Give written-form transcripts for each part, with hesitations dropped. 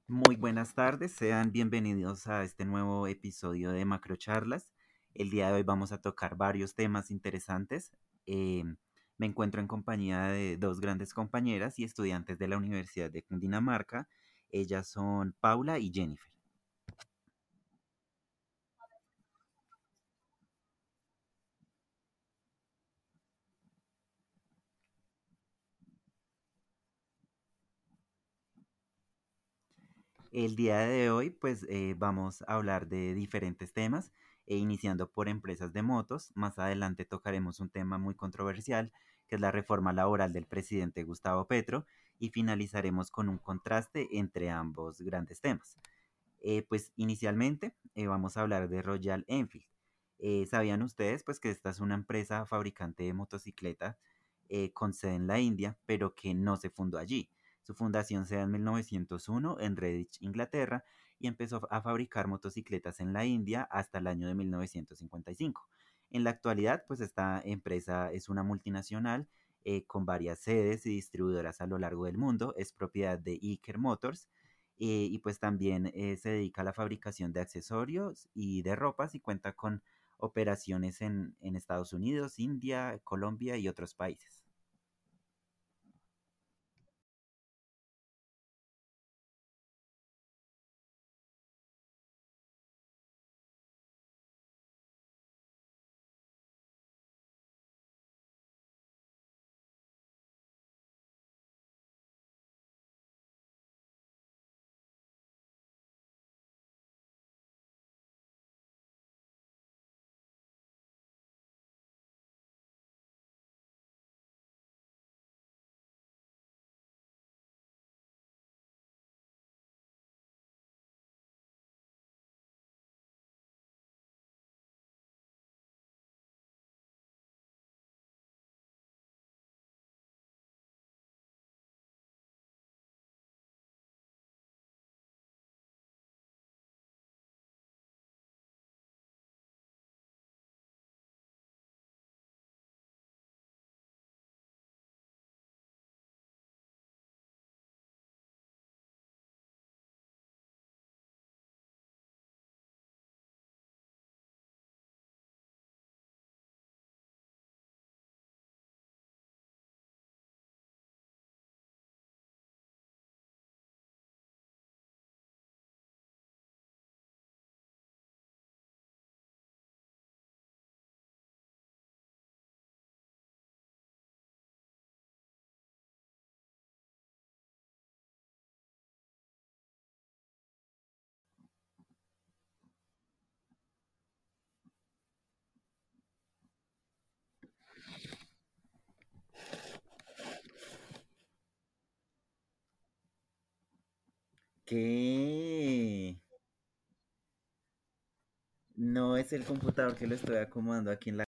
Muy buenas tardes, sean bienvenidos a este nuevo episodio de Macrocharlas. El día de hoy vamos a tocar varios temas interesantes. Eh, Me encuentro en compañía de dos grandes compañeras y estudiantes de la Universidad de Cundinamarca. Ellas son Paula y Jennifer. El día de hoy, pues vamos a hablar de diferentes temas, iniciando por empresas de motos. Más adelante tocaremos un tema muy controversial, que es la reforma laboral del presidente Gustavo Petro, y finalizaremos con un contraste entre ambos grandes temas. Pues inicialmente vamos a hablar de Royal Enfield. ¿Sabían ustedes pues que esta es una empresa fabricante de motocicletas con sede en la India, pero que no se fundó allí? Su fundación se da en 1901 en Redditch, Inglaterra, y empezó a fabricar motocicletas en la India hasta el año de 1955. En la actualidad, pues esta empresa es una multinacional con varias sedes y distribuidoras a lo largo del mundo. Es propiedad de Iker Motors y pues también se dedica a la fabricación de accesorios y de ropas y cuenta con operaciones en Estados Unidos, India, Colombia y otros países. ¿Qué? No es el computador que lo estoy acomodando aquí en la...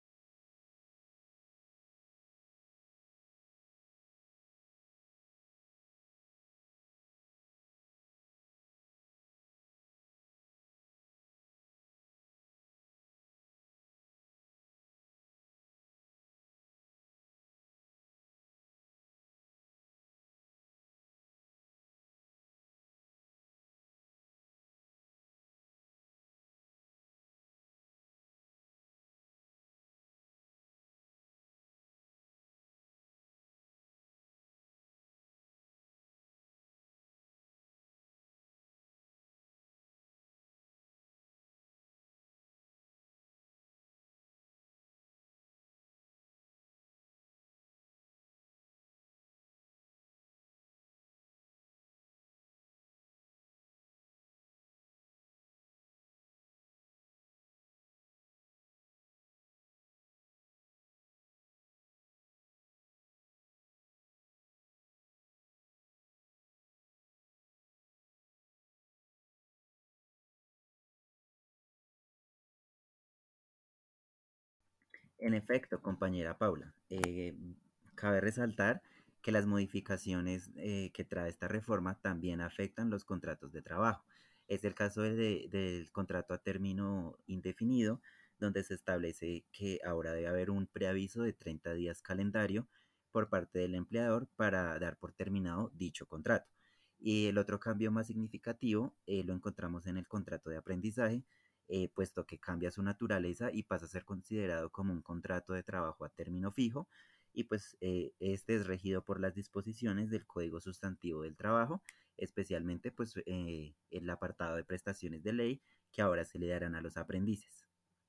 En efecto, compañera Paula, cabe resaltar que las modificaciones que trae esta reforma también afectan los contratos de trabajo. Es el caso del contrato a término indefinido, donde se establece que ahora debe haber un preaviso de 30 días calendario por parte del empleador para dar por terminado dicho contrato. Y el otro cambio más significativo lo encontramos en el contrato de aprendizaje, puesto que cambia su naturaleza y pasa a ser considerado como un contrato de trabajo a término fijo, y pues este es regido por las disposiciones del Código Sustantivo del Trabajo, especialmente pues el apartado de prestaciones de ley que ahora se le darán a los aprendices.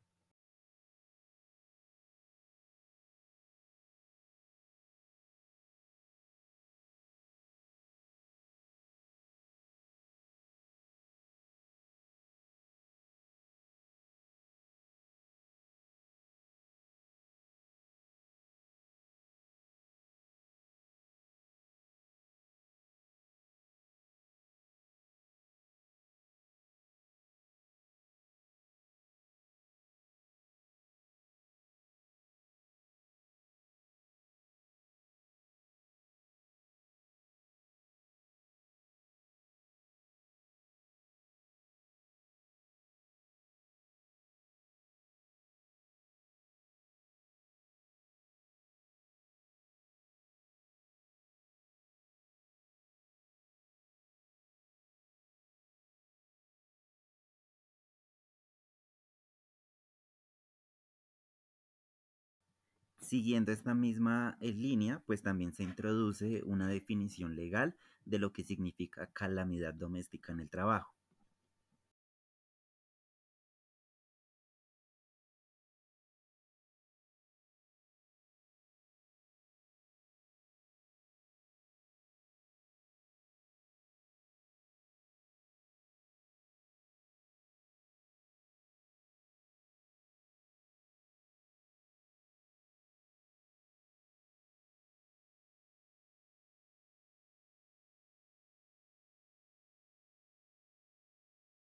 Siguiendo esta misma línea, pues también se introduce una definición legal de lo que significa calamidad doméstica en el trabajo.